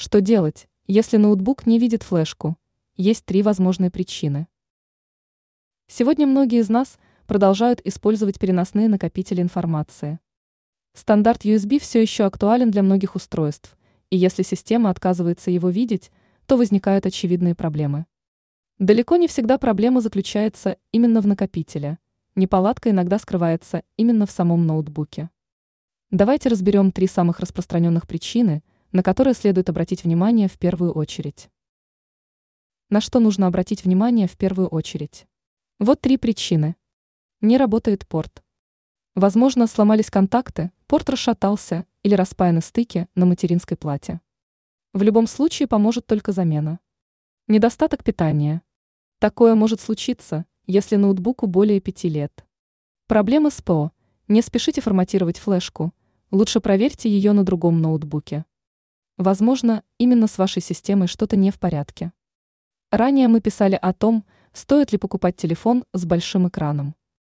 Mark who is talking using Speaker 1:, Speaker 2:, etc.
Speaker 1: Что делать, если ноутбук не видит флешку? Есть три возможные причины. Сегодня многие из нас продолжают использовать переносные накопители информации. Стандарт USB все еще актуален для многих устройств, и если система отказывается его видеть, то возникают очевидные проблемы. Далеко не всегда проблема заключается именно в накопителе. Неполадка иногда скрывается именно в самом ноутбуке. Давайте разберем три самых распространенных причины, на которые следует обратить внимание в первую очередь. На что нужно обратить внимание в первую очередь? Вот три причины. Не работает порт. Возможно, сломались контакты, порт расшатался или распаяны стыки на материнской плате. В любом случае поможет только замена. Недостаток питания. Такое может случиться, если ноутбуку более 5 лет. Проблемы с ПО. Не спешите форматировать флешку, лучше проверьте ее на другом ноутбуке. Возможно, именно с вашей системой что-то не в порядке. Ранее мы писали о том, стоит ли покупать телефон с большим экраном.